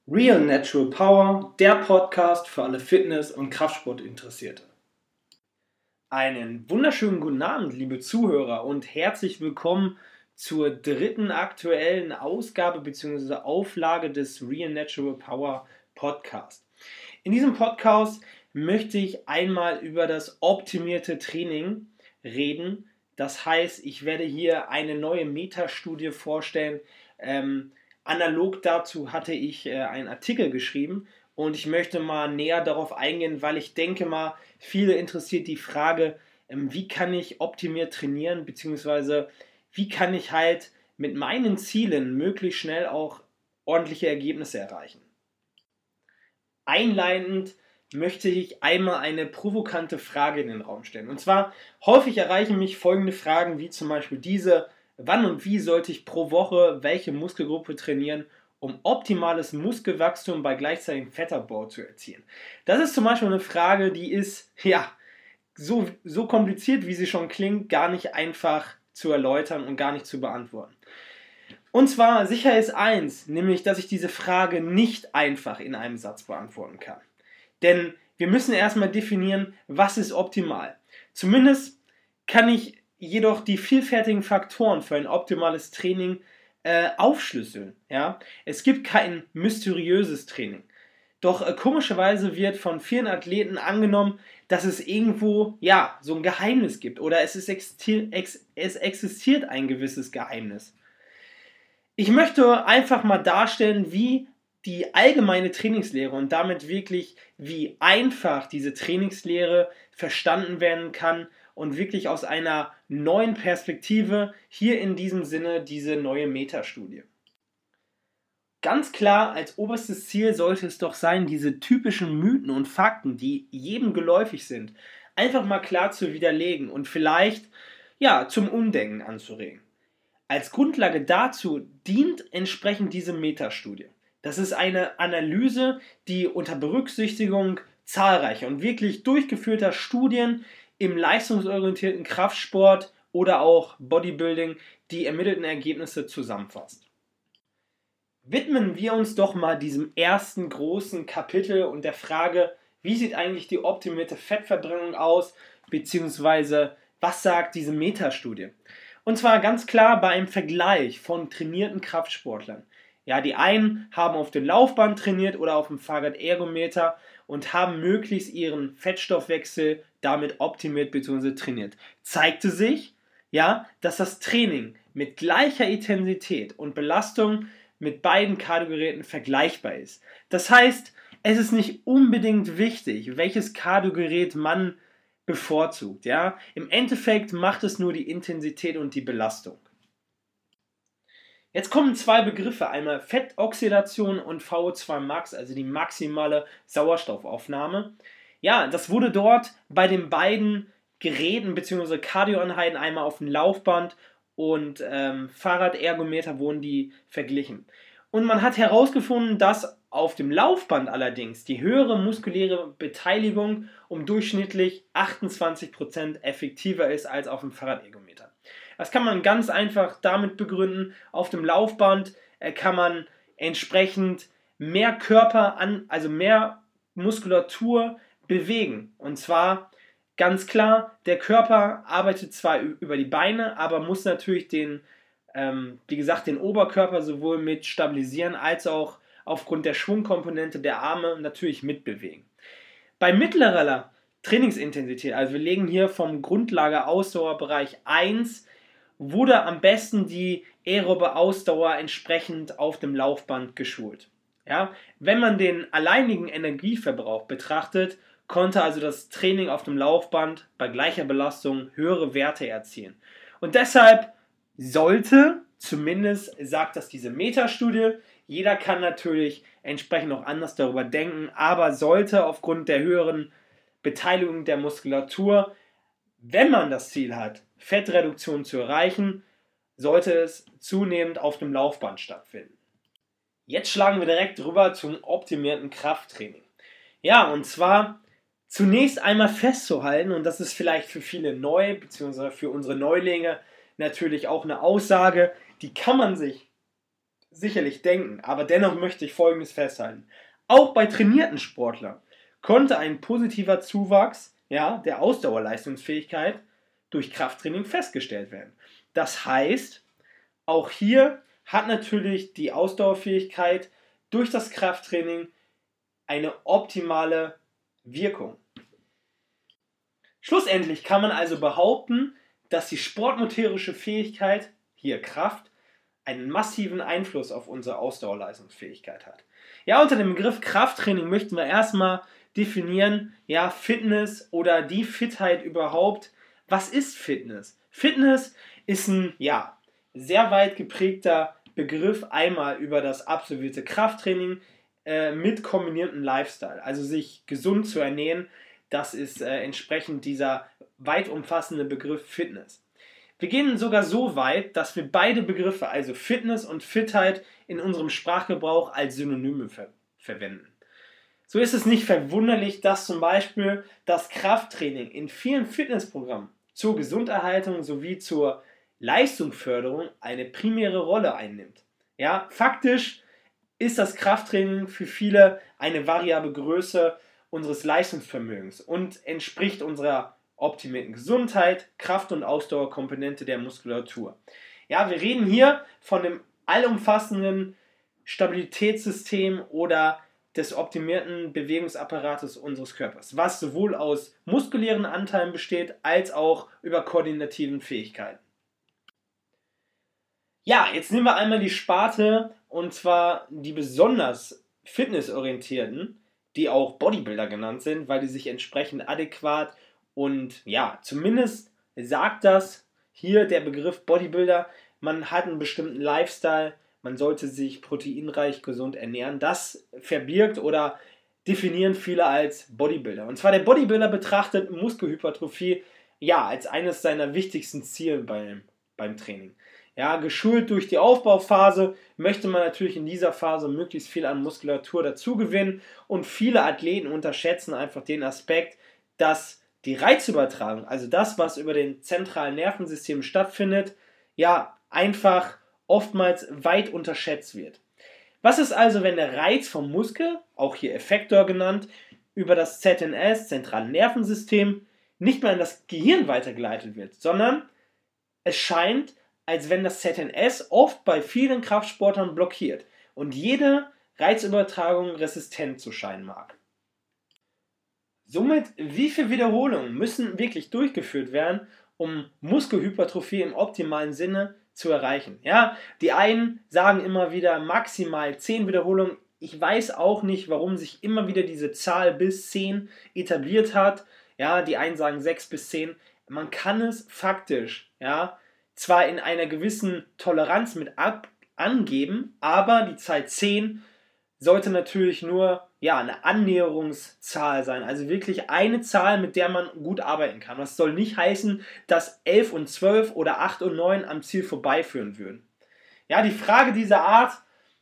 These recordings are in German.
Real Natural Power, der Podcast für alle Fitness- und Kraftsportinteressierte. Einen wunderschönen guten Abend, liebe Zuhörer, und herzlich willkommen zur dritten aktuellen Ausgabe bzw. Auflage des Real Natural Power Podcast. In diesem Podcast möchte ich einmal über das optimierte Training reden. Das heißt, ich werde hier eine neue Metastudie vorstellen. Analog dazu hatte ich einen Artikel geschrieben und ich möchte mal näher darauf eingehen, weil ich denke mal, viele interessiert die Frage, wie kann ich optimiert trainieren, beziehungsweise wie kann ich halt mit meinen Zielen möglichst schnell auch ordentliche Ergebnisse erreichen. Einleitend möchte ich einmal eine provokante Frage in den Raum stellen. Und zwar, häufig erreichen mich folgende Fragen, wie zum Beispiel diese: Wann und wie sollte ich pro Woche welche Muskelgruppe trainieren, um optimales Muskelwachstum bei gleichzeitigem Fettabbau zu erzielen? Das ist zum Beispiel eine Frage, die ist, so kompliziert, wie sie schon klingt, gar nicht einfach zu erläutern und gar nicht zu beantworten. Und zwar sicher ist eins, nämlich, dass ich diese Frage nicht einfach in einem Satz beantworten kann. Denn wir müssen erstmal definieren, was ist optimal. Zumindest kann ich jedoch die vielfältigen Faktoren für ein optimales Training aufschlüsseln. Ja? Es gibt kein mysteriöses Training. Doch komischerweise wird von vielen Athleten angenommen, dass es irgendwo so ein Geheimnis gibt oder es existiert ein gewisses Geheimnis. Ich möchte einfach mal darstellen, wie die allgemeine Trainingslehre und damit wirklich, wie einfach diese Trainingslehre verstanden werden kann und wirklich aus einer neuen Perspektive, hier in diesem Sinne diese neue Metastudie. Ganz klar, als oberstes Ziel sollte es doch sein, diese typischen Mythen und Fakten, die jedem geläufig sind, einfach mal klar zu widerlegen und vielleicht zum Umdenken anzuregen. Als Grundlage dazu dient entsprechend diese Metastudie. Das ist eine Analyse, die unter Berücksichtigung zahlreicher und wirklich durchgeführter Studien im leistungsorientierten Kraftsport oder auch Bodybuilding die ermittelten Ergebnisse zusammenfasst. Widmen wir uns doch mal diesem ersten großen Kapitel und der Frage, wie sieht eigentlich die optimierte Fettverbrennung aus, beziehungsweise was sagt diese Metastudie? Und zwar ganz klar bei einem Vergleich von trainierten Kraftsportlern. Ja, die einen haben auf dem Laufband trainiert oder auf dem Fahrradergometer und haben möglichst ihren Fettstoffwechsel damit optimiert bzw. trainiert. Zeigte sich, dass das Training mit gleicher Intensität und Belastung mit beiden Kardiogeräten vergleichbar ist. Das heißt, es ist nicht unbedingt wichtig, welches Kardiogerät man bevorzugt. Ja? Im Endeffekt macht es nur die Intensität und die Belastung. Jetzt kommen zwei Begriffe, einmal Fettoxidation und VO2 Max, also die maximale Sauerstoffaufnahme. Ja, das wurde dort bei den beiden Geräten bzw. Kardioeinheiten, einmal auf dem Laufband und Fahrradergometer, wurden die verglichen. Und man hat herausgefunden, dass auf dem Laufband allerdings die höhere muskuläre Beteiligung um durchschnittlich 28% effektiver ist als auf dem Fahrradergometer. Das kann man ganz einfach damit begründen: Auf dem Laufband kann man entsprechend mehr also mehr Muskulatur bewegen. Und zwar ganz klar, der Körper arbeitet zwar über die Beine, aber muss natürlich den Oberkörper sowohl mit stabilisieren als auch aufgrund der Schwungkomponente der Arme natürlich mitbewegen. Bei mittlerer Trainingsintensität, also wir legen hier vom Grundlage-Ausdauerbereich 1, wurde am besten die aerobe Ausdauer entsprechend auf dem Laufband geschult. Ja? Wenn man den alleinigen Energieverbrauch betrachtet, konnte also das Training auf dem Laufband bei gleicher Belastung höhere Werte erzielen. Und deshalb sollte, zumindest sagt das diese Metastudie, jeder kann natürlich entsprechend auch anders darüber denken, aber sollte aufgrund der höheren Beteiligung der Muskulatur, wenn man das Ziel hat, Fettreduktion zu erreichen, sollte es zunehmend auf dem Laufband stattfinden. Jetzt schlagen wir direkt rüber zum optimierten Krafttraining. Ja, und zwar zunächst einmal festzuhalten, und das ist vielleicht für viele neu, beziehungsweise für unsere Neulinge natürlich auch eine Aussage, die kann man sich sicherlich denken, aber dennoch möchte ich Folgendes festhalten. Auch bei trainierten Sportlern konnte ein positiver Zuwachs, ja, der Ausdauerleistungsfähigkeit durch Krafttraining festgestellt werden. Das heißt, auch hier hat natürlich die Ausdauerfähigkeit durch das Krafttraining eine optimale Wirkung. Schlussendlich kann man also behaupten, dass die sportmotorische Fähigkeit, hier Kraft, einen massiven Einfluss auf unsere Ausdauerleistungsfähigkeit hat. Ja, unter dem Begriff Krafttraining möchten wir erstmal definieren, ja, Fitness oder die Fitheit überhaupt. Was ist Fitness? Fitness ist ein, ja, sehr weit geprägter Begriff, einmal über das absolvierte Krafttraining mit kombiniertem Lifestyle, also sich gesund zu ernähren. Das ist entsprechend dieser weit umfassende Begriff Fitness. Wir gehen sogar so weit, dass wir beide Begriffe, also Fitness und Fitheit, in unserem Sprachgebrauch als Synonyme verwenden. So ist es nicht verwunderlich, dass zum Beispiel das Krafttraining in vielen Fitnessprogrammen zur Gesunderhaltung sowie zur Leistungsförderung eine primäre Rolle einnimmt. Ja, faktisch ist das Krafttraining für viele eine variable Größe unseres Leistungsvermögens und entspricht unserer optimierten Gesundheit, Kraft- und Ausdauerkomponente der Muskulatur. Ja, wir reden hier von dem allumfassenden Stabilitätssystem oder des optimierten Bewegungsapparates unseres Körpers, was sowohl aus muskulären Anteilen besteht, als auch über koordinativen Fähigkeiten. Ja, jetzt nehmen wir einmal die Sparte, und zwar die besonders fitnessorientierten, die auch Bodybuilder genannt sind, weil die sich entsprechend adäquat und ja, zumindest sagt das hier der Begriff Bodybuilder, man hat einen bestimmten Lifestyle, man sollte sich proteinreich gesund ernähren. Das verbirgt oder definieren viele als Bodybuilder. Und zwar der Bodybuilder betrachtet Muskelhypertrophie ja als eines seiner wichtigsten Ziele beim Training. Ja, geschult durch die Aufbauphase möchte man natürlich in dieser Phase möglichst viel an Muskulatur dazugewinnen und viele Athleten unterschätzen einfach den Aspekt, dass die Reizübertragung, also das, was über den zentralen Nervensystem stattfindet, ja, einfach oftmals weit unterschätzt wird. Was ist also, wenn der Reiz vom Muskel, auch hier Effektor genannt, über das ZNS, zentrale Nervensystem, nicht mehr in das Gehirn weitergeleitet wird, sondern es scheint, als wenn das ZNS oft bei vielen Kraftsportlern blockiert und jede Reizübertragung resistent zu scheinen mag. Somit, wie viele Wiederholungen müssen wirklich durchgeführt werden, um Muskelhypertrophie im optimalen Sinne zu erreichen? Ja, die einen sagen immer wieder maximal 10 Wiederholungen. Ich weiß auch nicht, warum sich immer wieder diese Zahl bis 10 etabliert hat. Ja, die einen sagen 6 bis 10. Man kann es faktisch, ja, zwar in einer gewissen Toleranz mit angeben, aber die Zahl 10 sollte natürlich nur eine Annäherungszahl sein. Also wirklich eine Zahl, mit der man gut arbeiten kann. Das soll nicht heißen, dass 11 und 12 oder 8 und 9 am Ziel vorbeiführen würden. Ja, die Frage dieser Art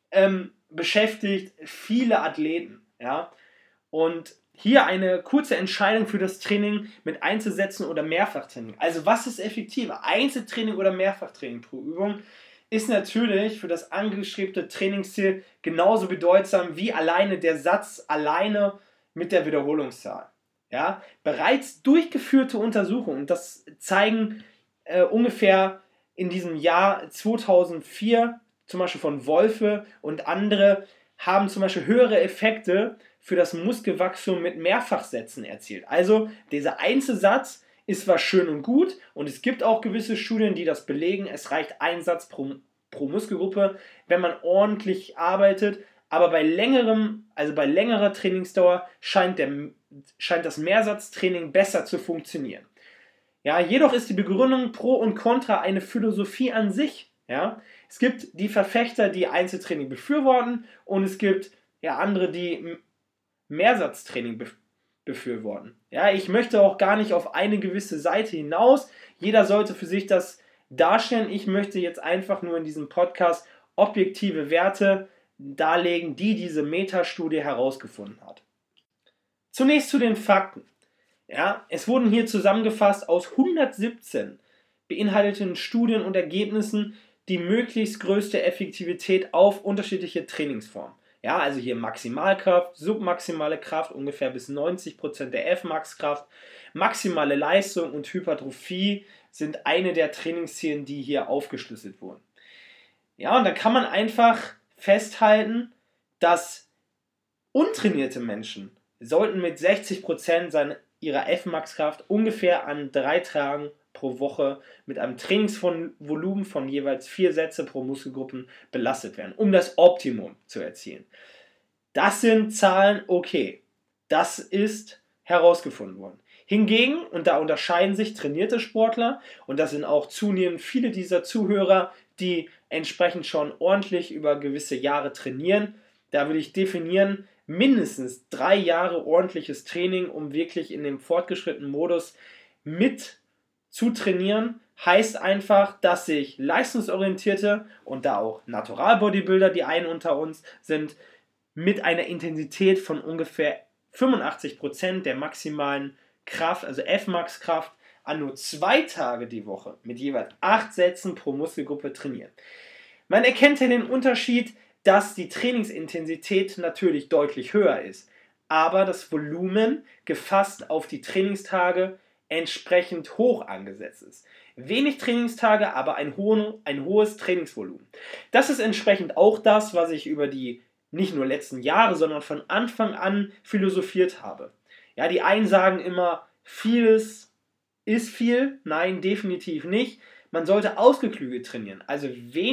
beschäftigt viele Athleten. Ja? Und hier eine kurze Entscheidung für das Training mit Einzelsätzen oder Mehrfachtraining. Also was ist effektiver? Einzeltraining oder Mehrfachtraining pro Übung ist natürlich für das angestrebte Trainingsziel genauso bedeutsam wie alleine der Satz alleine mit der Wiederholungszahl. Ja? Bereits durchgeführte Untersuchungen, das zeigen ungefähr in diesem Jahr 2004, zum Beispiel von Wolfe und andere, haben zum Beispiel höhere Effekte für das Muskelwachstum mit Mehrfachsätzen erzielt. Also dieser Einzelsatz ist zwar schön und gut und es gibt auch gewisse Studien, die das belegen. Es reicht ein Satz pro Muskelgruppe, wenn man ordentlich arbeitet. Aber bei längerer Trainingsdauer scheint das Mehrsatztraining besser zu funktionieren. Ja, jedoch ist die Begründung pro und contra eine Philosophie an sich. Ja? Es gibt die Verfechter, die Einzeltraining befürworten und es gibt andere, die Mehrsatztraining befürworten. Ja, ich möchte auch gar nicht auf eine gewisse Seite hinaus. Jeder sollte für sich das darstellen. Ich möchte jetzt einfach nur in diesem Podcast objektive Werte darlegen, die diese Metastudie herausgefunden hat. Zunächst zu den Fakten. Ja, es wurden hier zusammengefasst aus 117 beinhalteten Studien und Ergebnissen die möglichst größte Effektivität auf unterschiedliche Trainingsformen. Ja, also hier Maximalkraft, submaximale Kraft, ungefähr bis 90% der F-Max-Kraft, maximale Leistung und Hypertrophie sind eine der Trainingsziele, die hier aufgeschlüsselt wurden. Ja, und da kann man einfach festhalten, dass untrainierte Menschen sollten mit 60% ihrer F-Max-Kraft ungefähr an 3 Tagen pro Woche mit einem Trainingsvolumen von jeweils 4 Sätze pro Muskelgruppen belastet werden, um das Optimum zu erzielen. Das sind Zahlen, okay, das ist herausgefunden worden. Hingegen, und da unterscheiden sich trainierte Sportler, und das sind auch zunehmend viele dieser Zuhörer, die entsprechend schon ordentlich über gewisse Jahre trainieren, da würde ich definieren, mindestens 3 Jahre ordentliches Training, um wirklich in dem fortgeschrittenen Modus mit zu trainieren, heißt einfach, dass sich leistungsorientierte und da auch Natural-Bodybuilder, die einen unter uns sind, mit einer Intensität von ungefähr 85% der maximalen Kraft, also F-Max-Kraft, an nur 2 Tage die Woche mit jeweils 8 Sätzen pro Muskelgruppe trainieren. Man erkennt ja den Unterschied, dass die Trainingsintensität natürlich deutlich höher ist, aber das Volumen gefasst auf die Trainingstage entsprechend hoch angesetzt ist. Wenig Trainingstage, aber ein hohes Trainingsvolumen. Das ist entsprechend auch das, was ich über die nicht nur letzten Jahre, sondern von Anfang an philosophiert habe. Ja, die einen sagen immer, vieles ist viel. Nein, definitiv nicht. Man sollte ausgeklügelt trainieren, also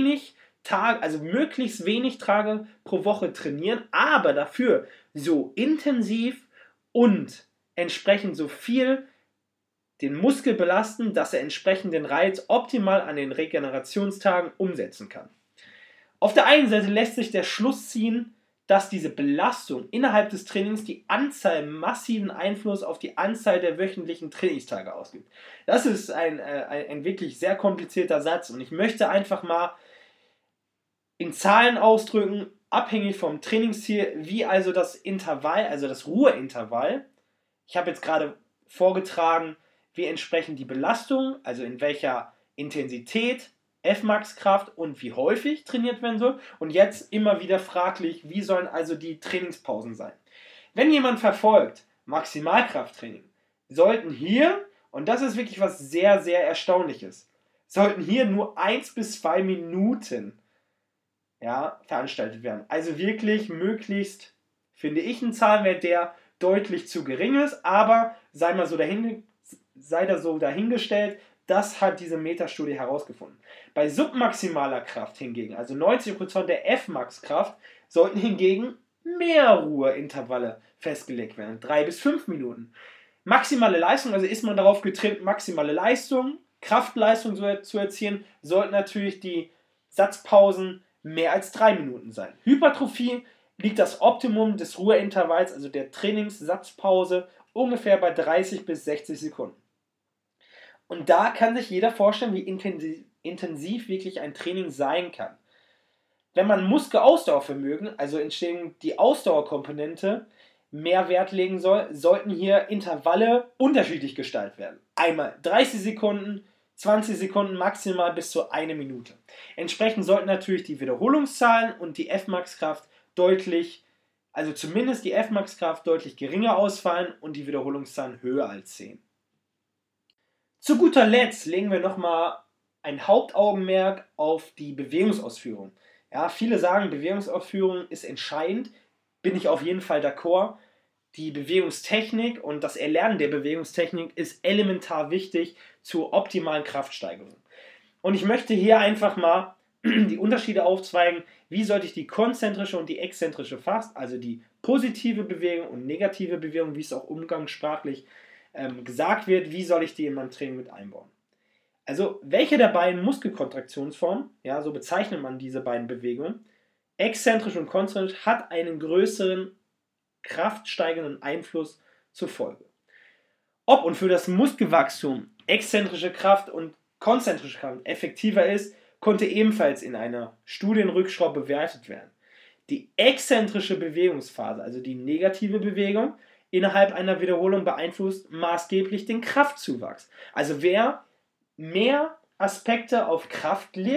möglichst wenig Tage pro Woche trainieren, aber dafür so intensiv und entsprechend so viel den Muskel belasten, dass er entsprechend den Reiz optimal an den Regenerationstagen umsetzen kann. Auf der einen Seite lässt sich der Schluss ziehen, dass diese Belastung innerhalb des Trainings die Anzahl massiven Einfluss auf die Anzahl der wöchentlichen Trainingstage ausgibt. Das ist ein wirklich sehr komplizierter Satz und ich möchte einfach mal in Zahlen ausdrücken, abhängig vom Trainingsziel, wie also das Intervall, also das Ruheintervall. Ich habe jetzt gerade vorgetragen, wie entsprechend die Belastung, also in welcher Intensität, F-Max-Kraft und wie häufig trainiert werden soll. Und jetzt immer wieder fraglich, wie sollen also die Trainingspausen sein. Wenn jemand verfolgt Maximalkrafttraining, sollten hier, und das ist wirklich was sehr, sehr Erstaunliches, sollten hier nur 1 bis 2 Minuten veranstaltet werden. Also wirklich möglichst, finde ich, ein Zahlenwert, der deutlich zu gering ist, aber sei da so dahingestellt, das hat diese Metastudie herausgefunden. Bei submaximaler Kraft hingegen, also 90% der F-Max-Kraft, sollten hingegen mehr Ruheintervalle festgelegt werden, 3 bis 5 Minuten. Maximale Leistung, also ist man darauf getrimmt, maximale Leistung, Kraftleistung zu erzielen, sollten natürlich die Satzpausen mehr als 3 Minuten sein. Hypertrophie liegt das Optimum des Ruheintervalls, also der Trainingssatzpause, ungefähr bei 30 bis 60 Sekunden. Und da kann sich jeder vorstellen, wie intensiv wirklich ein Training sein kann. Wenn man Muskelausdauervermögen, also entstehend die Ausdauerkomponente, mehr Wert legen soll, sollten hier Intervalle unterschiedlich gestaltet werden. Einmal 30 Sekunden, 20 Sekunden maximal bis zu 1 Minute. Entsprechend sollten natürlich die Wiederholungszahlen und die F-Max-Kraft zumindest die F-Max-Kraft deutlich geringer ausfallen und die Wiederholungszahlen höher als 10. Zu guter Letzt legen wir nochmal ein Hauptaugenmerk auf die Bewegungsausführung. Ja, viele sagen, Bewegungsausführung ist entscheidend, bin ich auf jeden Fall d'accord. Die Bewegungstechnik und das Erlernen der Bewegungstechnik ist elementar wichtig zur optimalen Kraftsteigerung. Und ich möchte hier einfach mal die Unterschiede aufzeigen, wie sollte ich die konzentrische und die exzentrische also die positive Bewegung und negative Bewegung, wie es auch umgangssprachlich gesagt wird, wie soll ich die in meinem Training mit einbauen. Also welche der beiden Muskelkontraktionsformen, ja, so bezeichnet man diese beiden Bewegungen, exzentrisch und konzentrisch, hat einen größeren kraftsteigernden Einfluss zur Folge. Ob und für das Muskelwachstum exzentrische Kraft und konzentrische Kraft effektiver ist, konnte ebenfalls in einer Studienrückschau bewertet werden. Die exzentrische Bewegungsphase, also die negative Bewegung, innerhalb einer Wiederholung beeinflusst maßgeblich den Kraftzuwachs. Also wer mehr Aspekte auf Kraft legt,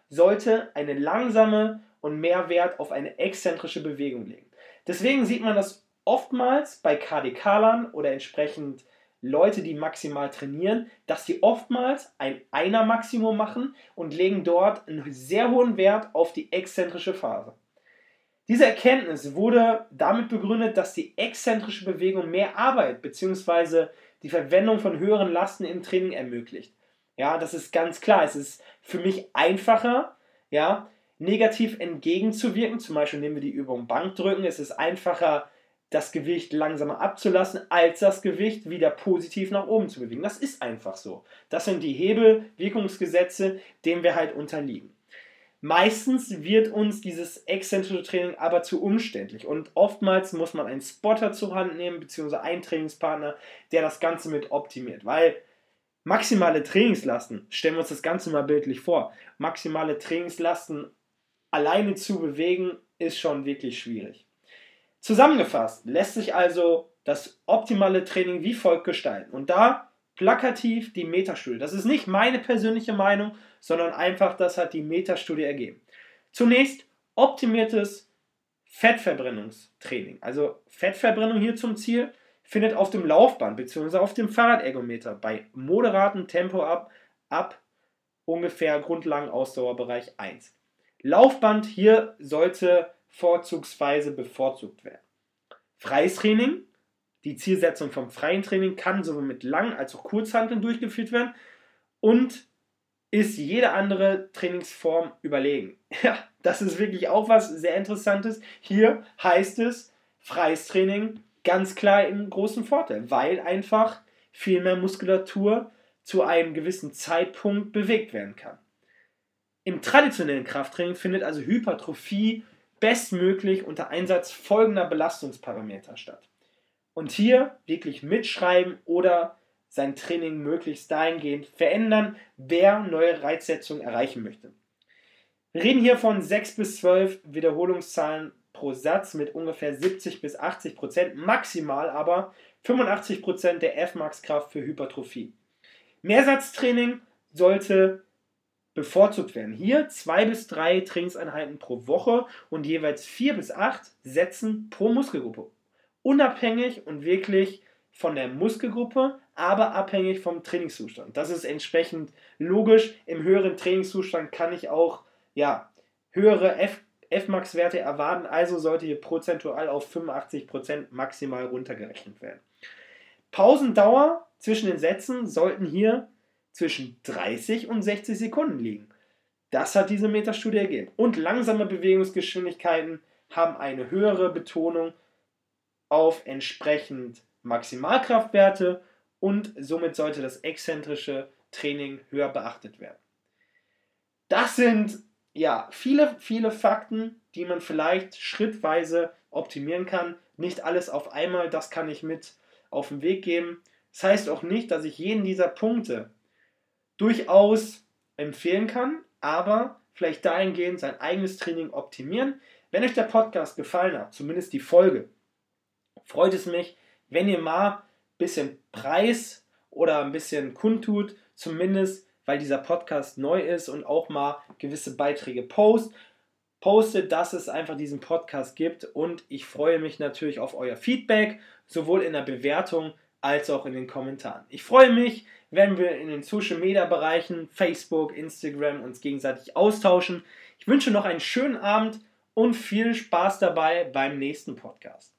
sollte eine langsame und mehr Wert auf eine exzentrische Bewegung legen. Deswegen sieht man das oftmals bei KDK-Lern oder entsprechend Leute, die maximal trainieren, dass sie oftmals ein Einer-Maximum machen und legen dort einen sehr hohen Wert auf die exzentrische Phase. Diese Erkenntnis wurde damit begründet, dass die exzentrische Bewegung mehr Arbeit bzw. die Verwendung von höheren Lasten im Training ermöglicht. Ja, das ist ganz klar. Es ist für mich einfacher, ja, negativ entgegenzuwirken. Zum Beispiel nehmen wir die Übung Bankdrücken. Es ist einfacher, das Gewicht langsamer abzulassen, als das Gewicht wieder positiv nach oben zu bewegen. Das ist einfach so. Das sind die Hebelwirkungsgesetze, denen wir halt unterliegen. Meistens wird uns dieses exzentrische Training aber zu umständlich und oftmals muss man einen Spotter zur Hand nehmen, beziehungsweise einen Trainingspartner, der das Ganze mit optimiert, weil maximale Trainingslasten, stellen wir uns das Ganze mal bildlich vor, maximale Trainingslasten alleine zu bewegen, ist schon wirklich schwierig. Zusammengefasst lässt sich also das optimale Training wie folgt gestalten und da plakativ die Metastudie. Das ist nicht meine persönliche Meinung, sondern einfach, das hat die Metastudie ergeben. Zunächst optimiertes Fettverbrennungstraining. Also Fettverbrennung hier zum Ziel findet auf dem Laufband bzw. auf dem Fahrradergometer bei moderatem Tempo ab ungefähr Grundlagenausdauerbereich 1. Laufband hier sollte vorzugsweise bevorzugt werden. Freies Training. Die Zielsetzung vom freien Training kann sowohl mit Lang- als auch Kurzhanteln durchgeführt werden und ist jede andere Trainingsform überlegen. Ja, das ist wirklich auch was sehr Interessantes. Hier heißt es, freies Training ganz klar im großen Vorteil, weil einfach viel mehr Muskulatur zu einem gewissen Zeitpunkt bewegt werden kann. Im traditionellen Krafttraining findet also Hypertrophie bestmöglich unter Einsatz folgender Belastungsparameter statt. Und hier wirklich mitschreiben oder sein Training möglichst dahingehend verändern, wer neue Reizsetzungen erreichen möchte. Wir reden hier von 6 bis 12 Wiederholungszahlen pro Satz mit ungefähr 70 bis 80%, maximal aber 85% der F-Max-Kraft für Hypertrophie. Mehrsatztraining sollte bevorzugt werden. Hier 2 bis 3 Trainingseinheiten pro Woche und jeweils 4 bis 8 Sätzen pro Muskelgruppe. Unabhängig und wirklich von der Muskelgruppe, aber abhängig vom Trainingszustand. Das ist entsprechend logisch. Im höheren Trainingszustand kann ich auch höhere F-Max-Werte erwarten, also sollte hier prozentual auf 85% maximal runtergerechnet werden. Pausendauer zwischen den Sätzen sollten hier zwischen 30 und 60 Sekunden liegen. Das hat diese Metastudie ergeben. Und langsame Bewegungsgeschwindigkeiten haben eine höhere Betonung auf entsprechend Maximalkraftwerte und somit sollte das exzentrische Training höher beachtet werden. Das sind viele Fakten, die man vielleicht schrittweise optimieren kann. Nicht alles auf einmal, das kann ich mit auf den Weg geben. Das heißt auch nicht, dass ich jeden dieser Punkte durchaus empfehlen kann, aber vielleicht dahingehend sein eigenes Training optimieren. Wenn euch der Podcast gefallen hat, zumindest die Folge, freut es mich, wenn ihr mal ein bisschen Preis oder ein bisschen kundtut, zumindest weil dieser Podcast neu ist und auch mal gewisse Beiträge postet, dass es einfach diesen Podcast gibt und ich freue mich natürlich auf euer Feedback, sowohl in der Bewertung als auch in den Kommentaren. Ich freue mich, wenn wir in den Social Media Bereichen, Facebook, Instagram uns gegenseitig austauschen. Ich wünsche noch einen schönen Abend und viel Spaß dabei beim nächsten Podcast.